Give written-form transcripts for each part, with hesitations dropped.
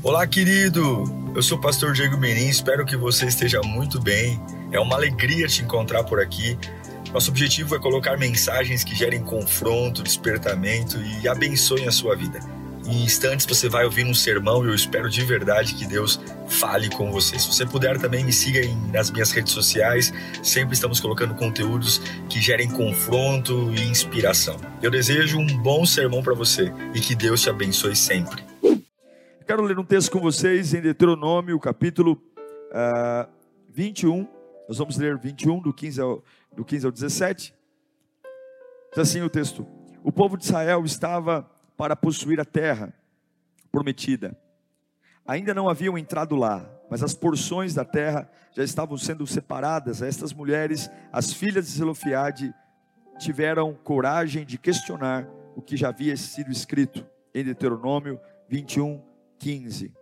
Olá, querido! Eu sou o pastor Diego Menin, espero que você esteja muito bem. É uma alegria te encontrar por aqui. Nosso objetivo é colocar mensagens que gerem confronto, despertamento e abençoem a sua vida. Em instantes você vai ouvir um sermão e eu espero de verdade que Deus fale com você. Se você puder também me siga nas minhas redes sociais, sempre estamos colocando conteúdos que gerem confronto e inspiração. Eu desejo um bom sermão para você e que Deus te abençoe sempre. Quero ler um texto com vocês em Deuteronômio, capítulo 21. Nós vamos ler 21, do 15 ao 17. Diz assim o texto: o povo de Israel estava para possuir a terra prometida. Ainda não haviam entrado lá, mas as porções da terra já estavam sendo separadas. Estas mulheres, as filhas de Zelofiade, tiveram coragem de questionar o que já havia sido escrito em Deuteronômio 21, 15.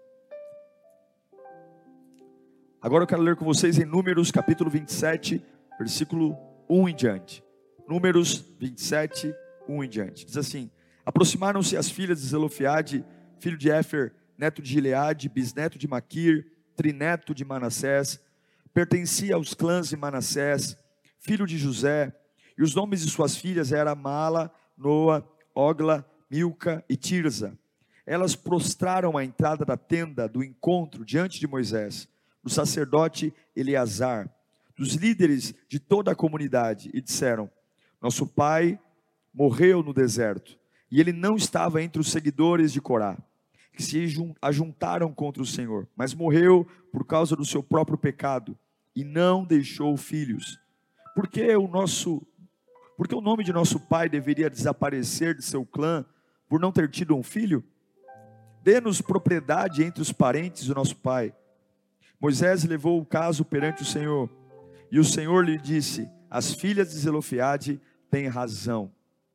Agora eu quero ler com vocês em Números capítulo 27, versículo 1 em diante. Números 27, 1 em diante. Diz assim: aproximaram-se as filhas de Zelofiade, filho de Éfer, neto de Gileade, bisneto de Maquir, trineto de Manassés, pertencia aos clãs de Manassés, filho de José, e os nomes de suas filhas eram Mala, Noa, Ogla, Milca e Tirza. Elas prostraram à entrada da tenda do encontro diante de Moisés, do sacerdote Eleazar, dos líderes de toda a comunidade, e disseram: nosso pai morreu no deserto, e ele não estava entre os seguidores de Corá, que se ajuntaram contra o Senhor, mas morreu por causa do seu próprio pecado, e não deixou filhos. Por que o nome de nosso pai deveria desaparecer de seu clã, por não ter tido um filho? Dê-nos propriedade entre os parentes do nosso pai. Moisés levou o caso perante o Senhor, e o Senhor lhe disse: as filhas de Zelofiade têm razão.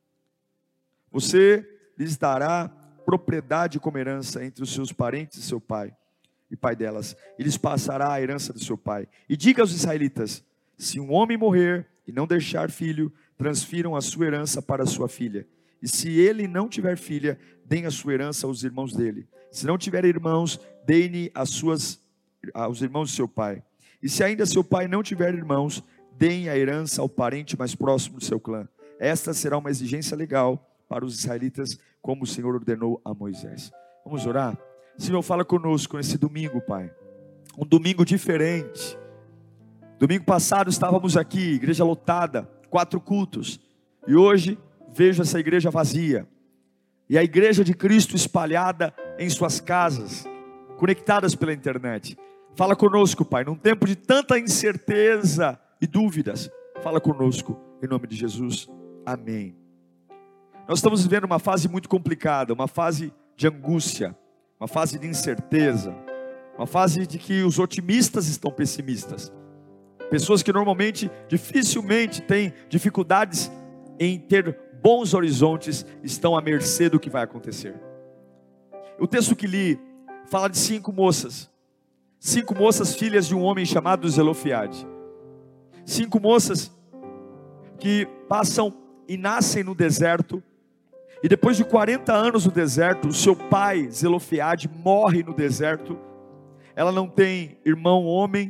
Você lhes dará propriedade como herança entre os seus parentes e seu pai, e pai delas, e lhes passará a herança do seu pai. E diga aos israelitas: se um homem morrer e não deixar filho, transfiram a sua herança para a sua filha. E se ele não tiver filha, deem a sua herança aos irmãos dele. Se não tiver irmãos, deem aos irmãos de seu pai. E se ainda seu pai não tiver irmãos, deem a herança ao parente mais próximo do seu clã. Esta será uma exigência legal para os israelitas, como o Senhor ordenou a Moisés. Vamos orar? Senhor, fala conosco nesse domingo, Pai. Um domingo diferente. Domingo passado estávamos aqui, igreja lotada, 4 cultos. E hoje vejo essa igreja vazia. E a igreja de Cristo espalhada em suas casas, conectadas pela internet. Fala conosco, Pai, num tempo de tanta incerteza e dúvidas. Fala conosco, em nome de Jesus. Amém. Nós estamos vivendo uma fase muito complicada, uma fase de angústia, uma fase de incerteza, uma fase de que os otimistas estão pessimistas. Pessoas que normalmente, dificilmente têm dificuldades em ter bons horizontes, estão à mercê do que vai acontecer. O texto que li fala de 5 moças filhas de um homem chamado Zelofiade. 5 moças que passam e nascem no deserto, e depois de 40 anos no deserto, o seu pai Zelofiade morre no deserto. Ela não tem irmão homem,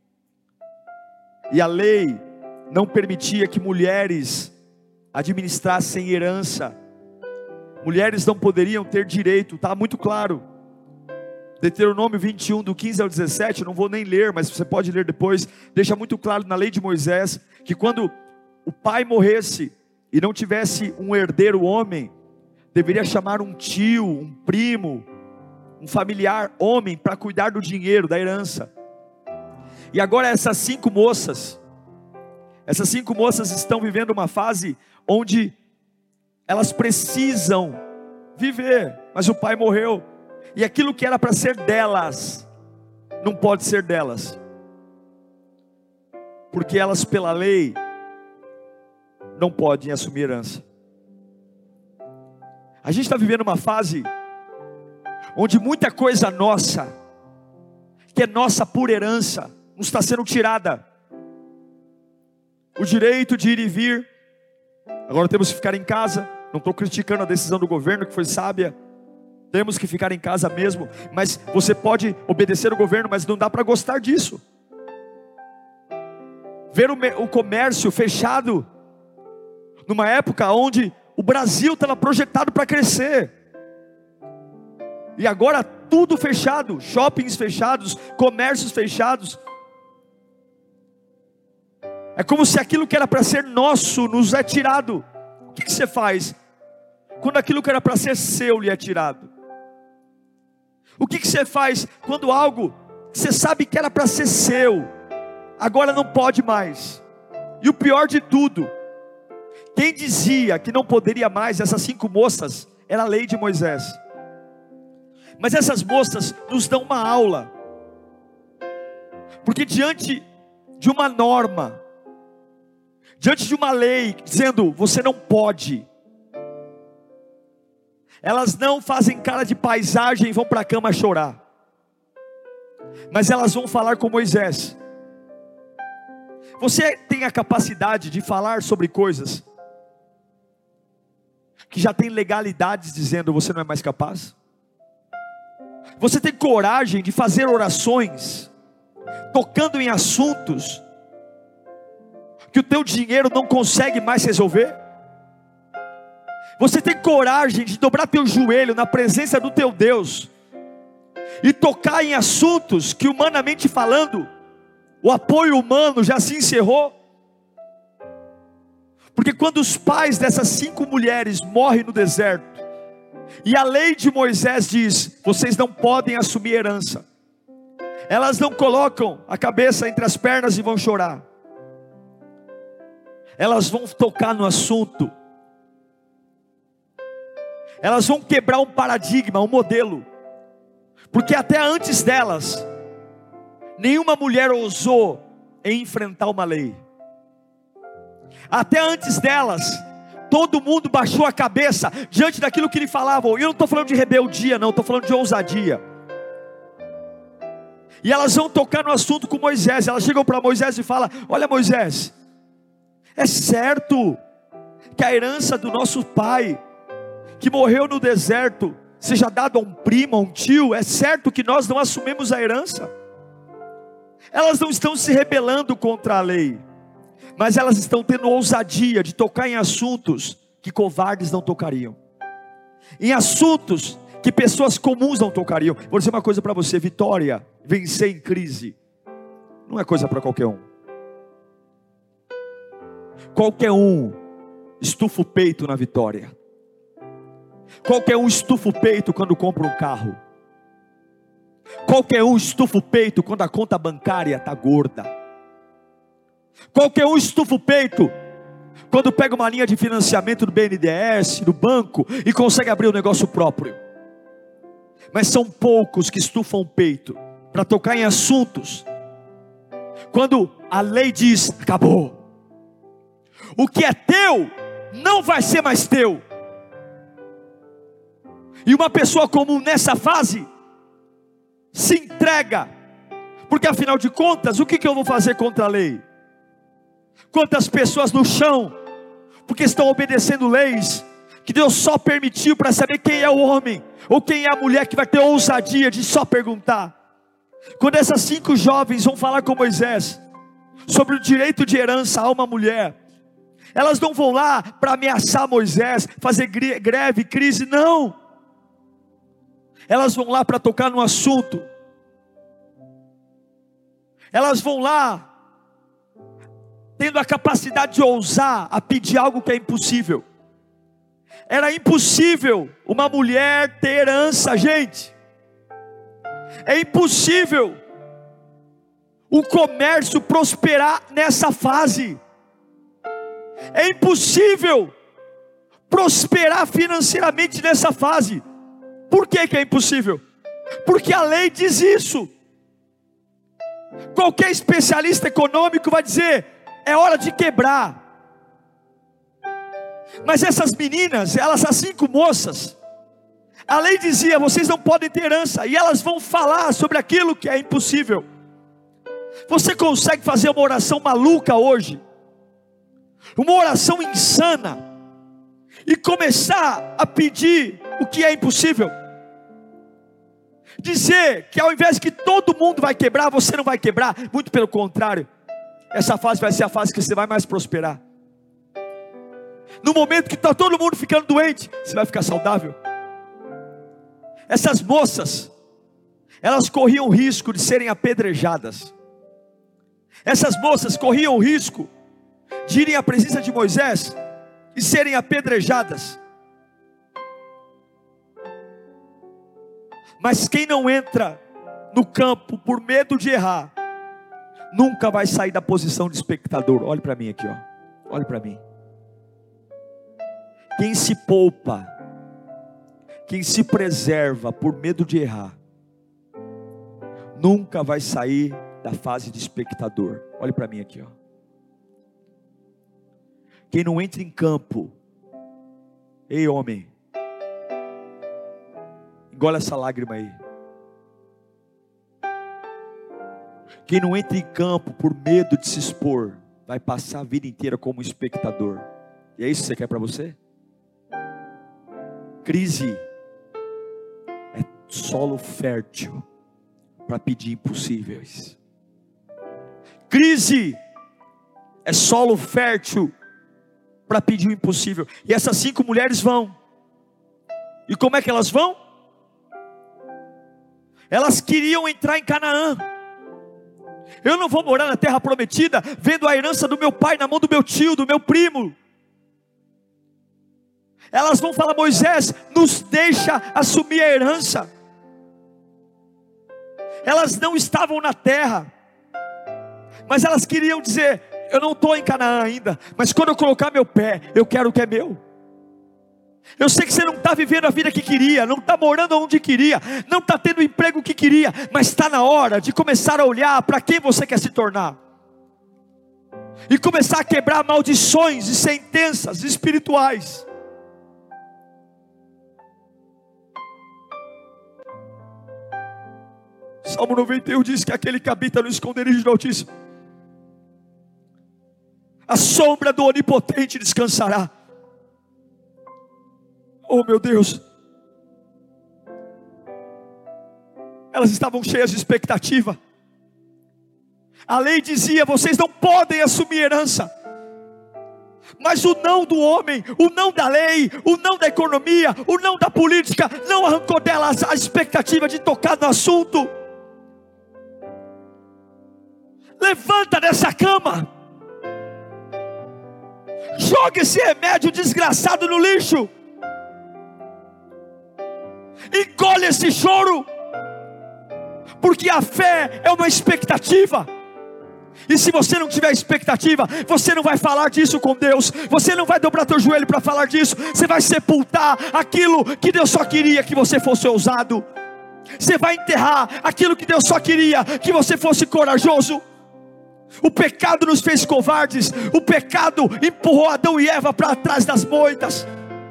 e a lei não permitia que mulheres administrassem herança. Mulheres não poderiam ter direito, está muito claro. Deuteronômio 21, do 15 ao 17, eu não vou nem ler, mas você pode ler depois. Deixa muito claro na lei de Moisés, que quando o pai morresse e não tivesse um herdeiro homem, deveria chamar um tio, um primo, um familiar homem, para cuidar do dinheiro, da herança. E agora essas 5 moças estão vivendo uma fase onde elas precisam viver, mas o pai morreu, e aquilo que era para ser delas, não pode ser delas, porque elas pela lei, não podem assumir herança. A gente está vivendo uma fase, onde muita coisa nossa, que é nossa por herança, nos está sendo tirada. O direito de ir e vir, agora temos que ficar em casa. Não estou criticando a decisão do governo, que foi sábia, temos que ficar em casa mesmo. Mas você pode obedecer o governo, mas não dá para gostar disso. Ver o comércio fechado, numa época onde o Brasil estava projetado para crescer, e agora tudo fechado, shoppings fechados, comércios fechados. É como se aquilo que era para ser nosso nos é tirado. O que você faz quando aquilo que era para ser seu lhe é tirado? O que você faz quando algo que você sabe que era para ser seu, agora não pode mais? E o pior de tudo, quem dizia que não poderia mais, essas 5 moças, era a lei de Moisés. Mas essas moças nos dão uma aula, porque diante de uma norma, diante de uma lei dizendo você não pode, elas não fazem cara de paisagem e vão para a cama chorar, mas elas vão falar com Moisés. Você tem a capacidade de falar sobre coisas que já tem legalidades dizendo você não é mais capaz? Você tem coragem de fazer orações tocando em assuntos que o teu dinheiro não consegue mais resolver? Você tem coragem de dobrar teu joelho na presença do teu Deus e tocar em assuntos que, humanamente falando, o apoio humano já se encerrou? Porque quando os pais dessas 5 mulheres morrem no deserto, e a lei de Moisés diz, vocês não podem assumir herança, elas não colocam a cabeça entre as pernas e vão chorar. Elas vão tocar no assunto. Elas vão quebrar um paradigma, um modelo. Porque até antes delas, nenhuma mulher ousou em enfrentar uma lei. Até antes delas, todo mundo baixou a cabeça diante daquilo que lhe falavam. E eu não estou falando de rebeldia, não, estou falando de ousadia. E elas vão tocar no assunto com Moisés. Elas chegam para Moisés e falam: olha Moisés, é certo que a herança do nosso pai, que morreu no deserto, seja dado a um primo, a um tio? É certo que nós não assumimos a herança? Elas não estão se rebelando contra a lei, mas elas estão tendo ousadia de tocar em assuntos que covardes não tocariam, em assuntos que pessoas comuns não tocariam. Vou dizer uma coisa para você: vitória, vencer em crise, não é coisa para qualquer um. Qualquer um estufa o peito na vitória. Qualquer um estufa o peito quando compra um carro. Qualquer um estufa o peito quando a conta bancária está gorda. Qualquer um estufa o peito quando pega uma linha de financiamento do BNDES, do banco, e consegue abrir um negócio próprio. Mas são poucos que estufam o peito para tocar em assuntos quando a lei diz: acabou. O que é teu não vai ser mais teu. E uma pessoa comum nessa fase se entrega, porque afinal de contas, o que eu vou fazer contra a lei? Quantas pessoas no chão, porque estão obedecendo leis que Deus só permitiu para saber quem é o homem ou quem é a mulher que vai ter ousadia de só perguntar. Quando essas 5 jovens vão falar com Moisés sobre o direito de herança a uma mulher, elas não vão lá para ameaçar Moisés, fazer greve, crise, não. Elas vão lá para tocar no assunto. Elas vão lá tendo a capacidade de ousar a pedir algo que é impossível. Era impossível uma mulher ter herança, gente. É impossível o comércio prosperar nessa fase. É impossível prosperar financeiramente nessa fase. Por que é impossível? Porque a lei diz isso. Qualquer especialista econômico vai dizer: é hora de quebrar. Mas essas meninas, elas, as 5 moças, a lei dizia: vocês não podem ter herança. E elas vão falar sobre aquilo que é impossível. Você consegue fazer uma oração maluca hoje, uma oração insana, e começar a pedir o que é impossível? Dizer que ao invés que todo mundo vai quebrar, você não vai quebrar. Muito pelo contrário, essa fase vai ser a fase que você vai mais prosperar. No momento que está todo mundo ficando doente, você vai ficar saudável. Essas moças, elas corriam o risco de serem apedrejadas. Essas moças corriam o risco de irem à presença de Moisés e serem apedrejadas. Mas quem não entra no campo por medo de errar, nunca vai sair da posição de espectador. Olhe para mim aqui, ó. Olhe para mim. Quem se poupa, quem se preserva por medo de errar, nunca vai sair da fase de espectador. Olhe para mim aqui, ó. Quem não entra em campo, ei homem, engole essa lágrima aí. Quem não entra em campo por medo de se expor, vai passar a vida inteira como espectador. E é isso que você quer para você? Crise é solo fértil para pedir impossíveis. Crise é solo fértil para pedir o impossível. E essas 5 mulheres vão. E como é que elas vão? Elas queriam entrar em Canaã. Eu não vou morar na terra prometida vendo a herança do meu pai na mão do meu tio, do meu primo. Elas vão falar: Moisés, nos deixa assumir a herança. Elas não estavam na terra, mas elas queriam dizer: eu não estou em Canaã ainda, mas quando eu colocar meu pé, eu quero o que é meu. Eu sei que você não está vivendo a vida que queria, não está morando onde queria, não está tendo o emprego que queria, mas está na hora de começar a olhar para quem você quer se tornar, e começar a quebrar maldições e sentenças espirituais. Salmo 91 diz que aquele que habita no esconderijo do Altíssimo, a sombra do Onipotente descansará. Oh meu Deus, elas estavam cheias de expectativa. A lei dizia: vocês não podem assumir herança. Mas o não do homem, o não da lei, o não da economia, o não da política, não arrancou delas a expectativa de tocar no assunto. Levanta dessa cama, joga esse remédio desgraçado no lixo, engole esse choro, porque a fé é uma expectativa. E se você não tiver expectativa, você não vai falar disso com Deus, você não vai dobrar teu joelho para falar disso, você vai sepultar aquilo que Deus só queria que você fosse ousado, você vai enterrar aquilo que Deus só queria que você fosse corajoso. O pecado nos fez covardes, o pecado empurrou Adão e Eva para trás das moitas,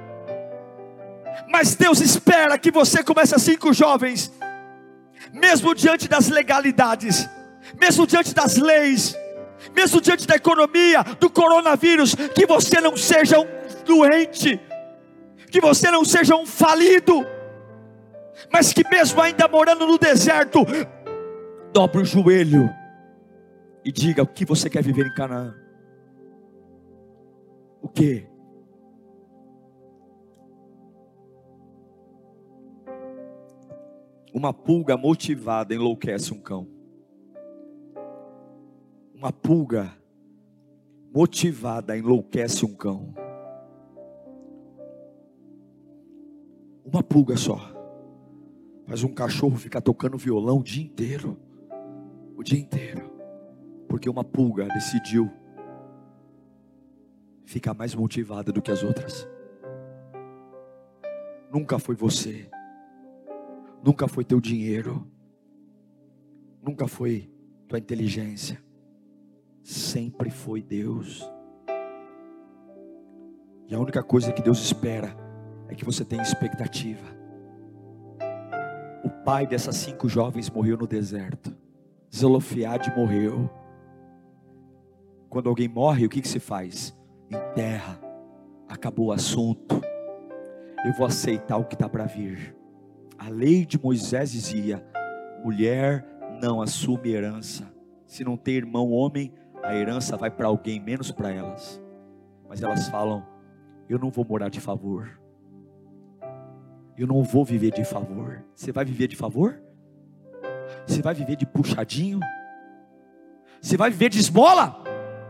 mas Deus espera que você, como essas 5 jovens, mesmo diante das legalidades, mesmo diante das leis, mesmo diante da economia, do coronavírus, que você não seja um doente, que você não seja um falido, mas que mesmo ainda morando no deserto, dobre o joelho e diga: o que você quer viver em Canaã? O que? Uma pulga motivada enlouquece um cão. Uma pulga motivada enlouquece um cão. Uma pulga só faz um cachorro ficar tocando violão o dia inteiro. O dia inteiro. Porque uma pulga decidiu ficar mais motivada do que as outras. Nunca foi você, nunca foi teu dinheiro, nunca foi tua inteligência, sempre foi Deus. E a única coisa que Deus espera é que você tenha expectativa. O pai dessas 5 jovens morreu no deserto. Zelofiade morreu. Quando alguém morre, o que se faz? Enterra. Acabou o assunto. Eu vou aceitar o que está para vir. A lei de Moisés dizia: mulher não assume herança. Se não tem irmão homem, a herança vai para alguém, menos para elas. Mas elas falam: eu não vou morar de favor. Eu não vou viver de favor. Você vai viver de favor? Você vai viver de puxadinho? Você vai viver de esmola?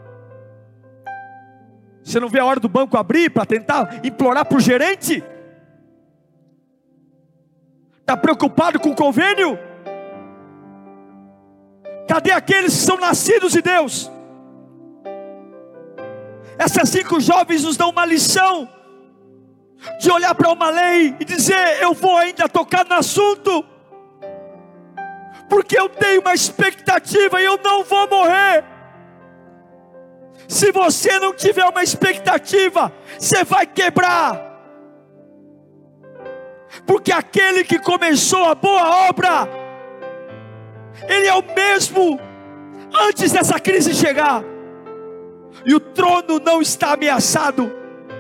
Você não vê a hora do banco abrir para tentar implorar para o gerente? Está preocupado com o convênio? Cadê aqueles que são nascidos de Deus? Essas 5 jovens nos dão uma lição de olhar para uma lei e dizer: eu vou ainda tocar no assunto, porque eu tenho uma expectativa e eu não vou morrer. Se você não tiver uma expectativa, você vai quebrar. Porque aquele que começou a boa obra, ele é o mesmo antes dessa crise chegar. E o trono não está ameaçado.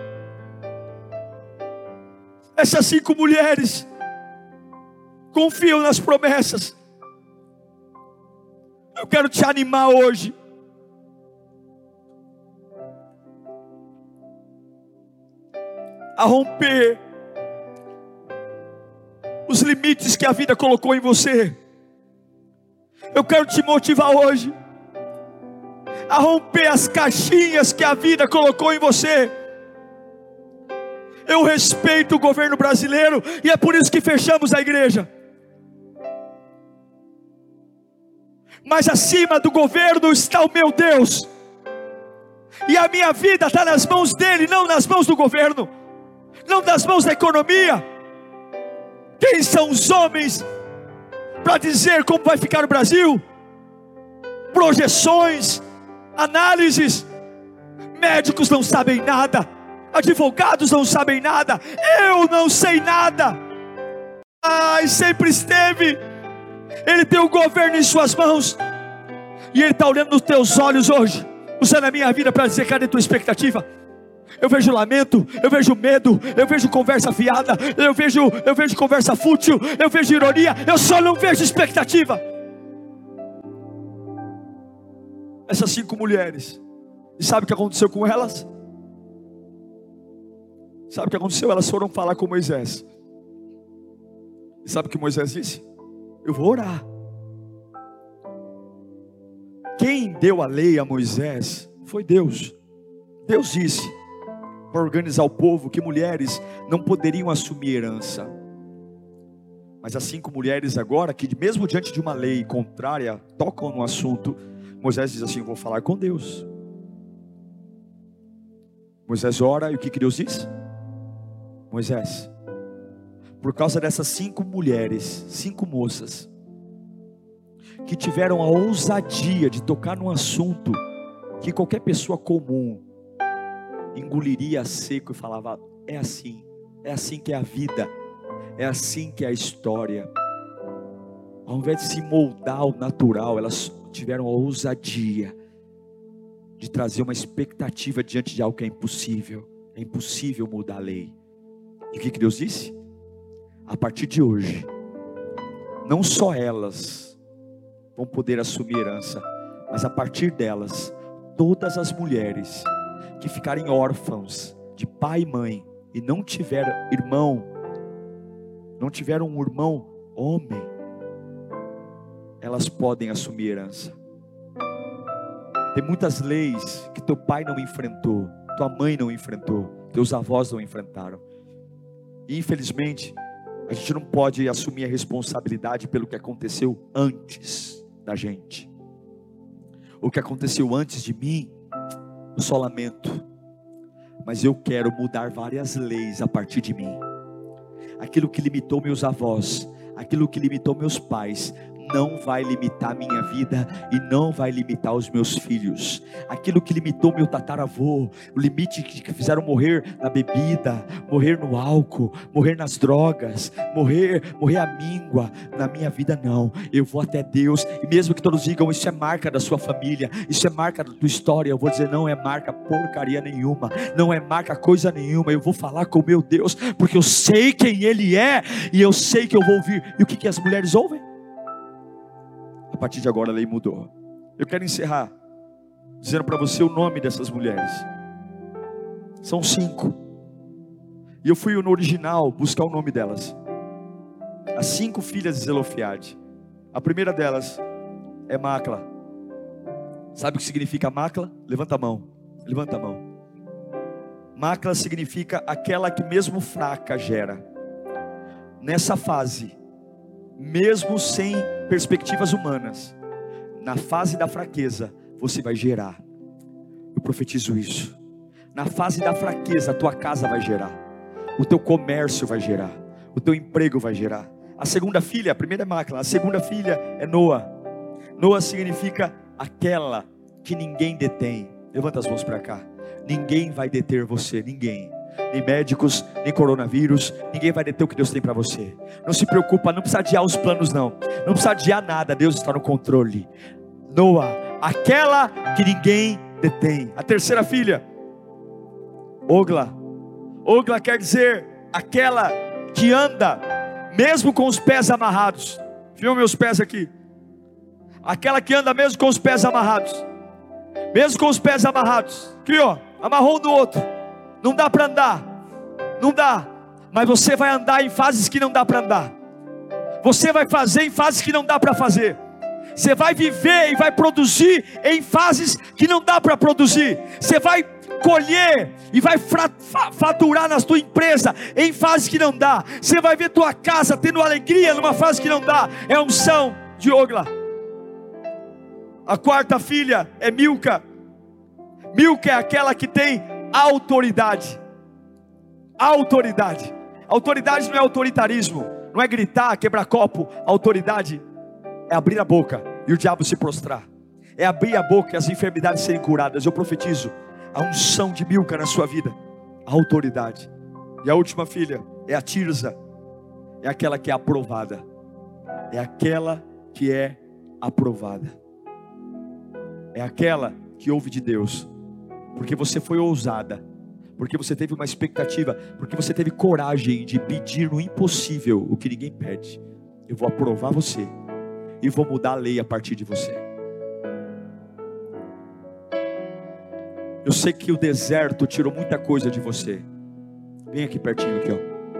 Essas 5 mulheres confiam nas promessas. Eu quero te animar hoje. A romper os limites que a vida colocou em você. Eu quero te motivar hoje a romper as caixinhas que a vida colocou em você. Eu respeito o governo brasileiro e é por isso que fechamos a igreja. Mas acima do governo está o meu Deus, e a minha vida está nas mãos dele, não nas mãos do governo, não nas mãos da economia. Quem são os homens para dizer como vai ficar o Brasil? Projeções, análises. Médicos não sabem nada, advogados não sabem nada, eu não sei nada. Ai, sempre esteve. Ele tem o governo em suas mãos, e Ele está olhando nos teus olhos hoje, usando a minha vida para dizer: cadê tua expectativa? Eu vejo lamento, eu vejo medo, eu vejo conversa fiada, eu vejo conversa fútil, eu vejo ironia, eu só não vejo expectativa. Essas 5 mulheres, e sabe o que aconteceu com elas? Sabe o que aconteceu? Elas foram falar com Moisés. E sabe o que Moisés disse? Eu vou orar. Quem deu a lei a Moisés foi Deus. Deus disse para organizar o povo que mulheres não poderiam assumir herança. Mas as 5 mulheres agora, que mesmo diante de uma lei contrária, tocam no assunto, Moisés diz assim: vou falar com Deus. Moisés ora, e o que Deus diz? Moisés, por causa dessas 5 mulheres, 5 moças, que tiveram a ousadia de tocar num assunto que qualquer pessoa comum engoliria seco e falava: é assim que é a vida, é assim que é a história. Ao invés de se moldar ao natural, elas tiveram a ousadia de trazer uma expectativa diante de algo que é impossível. É impossível mudar a lei. E o que Deus disse? A partir de hoje, não só elas vão poder assumir herança, mas a partir delas, todas as mulheres que ficarem órfãos de pai e mãe e não tiveram irmão, não tiveram um irmão homem, elas podem assumir herança. Tem muitas leis que teu pai não enfrentou, tua mãe não enfrentou, teus avós não enfrentaram. E infelizmente, a gente não pode assumir a responsabilidade pelo que aconteceu antes da gente. O que aconteceu antes de mim, eu só lamento. Mas eu quero mudar várias leis a partir de mim. Aquilo que limitou meus avós, aquilo que limitou meus pais, não vai limitar a minha vida e não vai limitar os meus filhos. Aquilo que limitou meu tataravô, o limite que fizeram morrer na bebida, morrer no álcool, morrer nas drogas, morrer a míngua, na minha vida não. Eu vou até Deus, e mesmo que todos digam, isso é marca da sua família, isso é marca da tua história, eu vou dizer, não é marca porcaria nenhuma, não é marca coisa nenhuma. Eu vou falar com o meu Deus, porque eu sei quem Ele é, e eu sei que eu vou ouvir. E o que as mulheres ouvem? A partir de agora a lei mudou. Eu quero encerrar dizendo para você o nome dessas mulheres. São 5. E eu fui no original buscar o nome delas. As 5 filhas de Zelofeade. A primeira delas é Macla. Sabe o que significa Macla? Levanta a mão. Levanta a mão. Macla significa aquela que mesmo fraca gera. Nessa fase, mesmo sem perspectivas humanas, na fase da fraqueza, você vai gerar. Eu profetizo isso. Na fase da fraqueza, a tua casa vai gerar, o teu comércio vai gerar, o teu emprego vai gerar. A segunda filha, a primeira é Macla, a segunda filha é Noa. Noa significa aquela que ninguém detém. Levanta as mãos para cá. Ninguém vai deter você, ninguém. Nem médicos, nem coronavírus, ninguém vai deter o que Deus tem para você. Não se preocupa, não precisa adiar os planos não. Não precisa adiar nada, Deus está no controle. Noa, aquela que ninguém detém. A terceira filha, Ogla. Ogla quer dizer aquela que anda mesmo com os pés amarrados. Viu meus pés aqui? Aquela que anda mesmo com os pés amarrados. Mesmo com os pés amarrados. Aqui ó, amarrou um do outro. Não dá para andar, não dá, mas você vai andar em fases que não dá para andar, você vai fazer em fases que não dá para fazer, você vai viver e vai produzir em fases que não dá para produzir, você vai colher e vai faturar na tua empresa em fases que não dá, você vai ver tua casa tendo alegria numa fase que não dá. É a unção de Ogla. A quarta filha é Milca. Milca é aquela que tem autoridade. Autoridade. Autoridade não é autoritarismo, não é gritar, quebrar copo. Autoridade é abrir a boca e o diabo se prostrar. É abrir a boca e as enfermidades serem curadas. Eu profetizo a unção de Milca na sua vida. A autoridade. E a última filha é a Tirza. É aquela que é aprovada. É aquela que é aprovada. É aquela que ouve de Deus. Porque você foi ousada, porque você teve uma expectativa, porque você teve coragem de pedir no impossível o que ninguém pede. Eu vou aprovar você e vou mudar a lei a partir de você. Eu sei que o deserto tirou muita coisa de você. Vem aqui pertinho aqui, ó.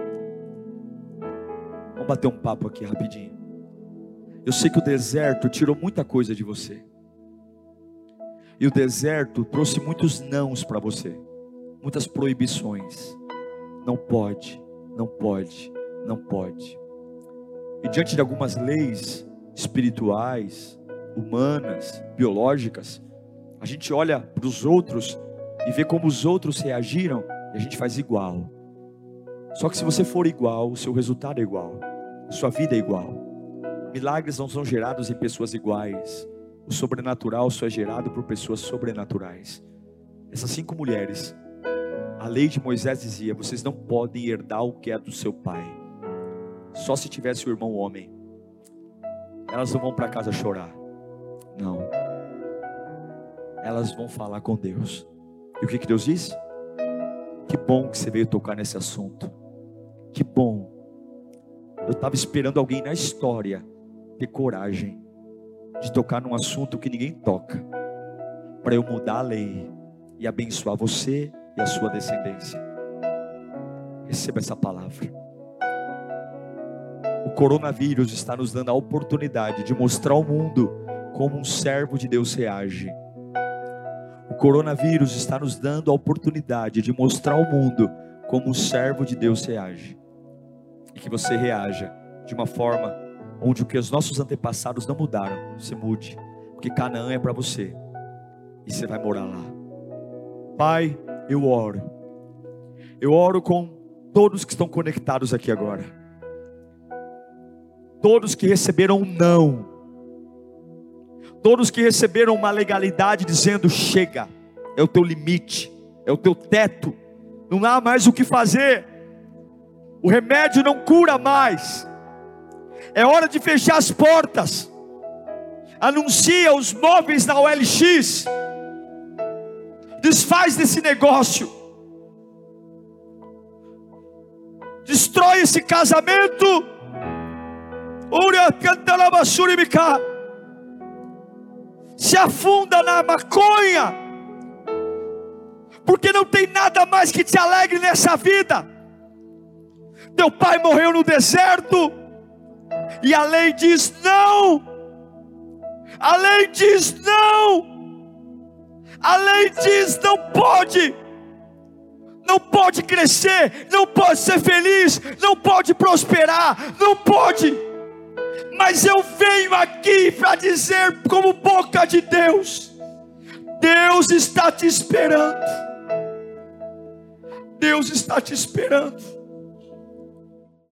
Vamos bater um papo aqui rapidinho. Eu sei que o deserto tirou muita coisa de você. E o deserto trouxe muitos nãos para você, muitas proibições. Não pode, não pode, não pode. E diante de algumas leis espirituais, humanas, biológicas, a gente olha para os outros e vê como os outros reagiram e a gente faz igual. Só que se você for igual, o seu resultado é igual, a sua vida é igual. Milagres não são gerados em pessoas iguais. O sobrenatural só é gerado por pessoas sobrenaturais. Essas 5 mulheres, a lei de Moisés dizia: vocês não podem herdar o que é do seu pai, só se tivesse o irmão homem. Elas não vão para casa chorar, não. Elas vão falar com Deus. E o que Deus disse? Que bom que você veio tocar nesse assunto. Que bom. Eu estava esperando alguém na história ter coragem de tocar num assunto que ninguém toca, para eu mudar a lei e abençoar você e a sua descendência. Receba essa palavra. O coronavírus está nos dando a oportunidade de mostrar ao mundo como um servo de Deus reage. O coronavírus está nos dando a oportunidade de mostrar ao mundo como um servo de Deus reage. E que você reaja de uma forma onde o que os nossos antepassados não mudaram, você mude. Porque Canaã é para você. E você vai morar lá. Pai, eu oro. Eu oro com todos que estão conectados aqui agora. Todos que receberam um não Todos que receberam uma legalidade dizendo: chega, é o teu limite, é o teu teto, não há mais o que fazer, o remédio não cura mais, é hora de fechar as portas. Anuncia os móveis na OLX, desfaz desse negócio, destrói esse casamento, se afunda na maconha, porque não tem nada mais que te alegre nessa vida. Teu pai morreu no deserto, e a lei diz não, a lei diz não, a lei diz não pode, não pode crescer, não pode ser feliz, não pode prosperar, não pode. Mas eu venho aqui para dizer, como boca de Deus, Deus está te esperando, Deus está te esperando.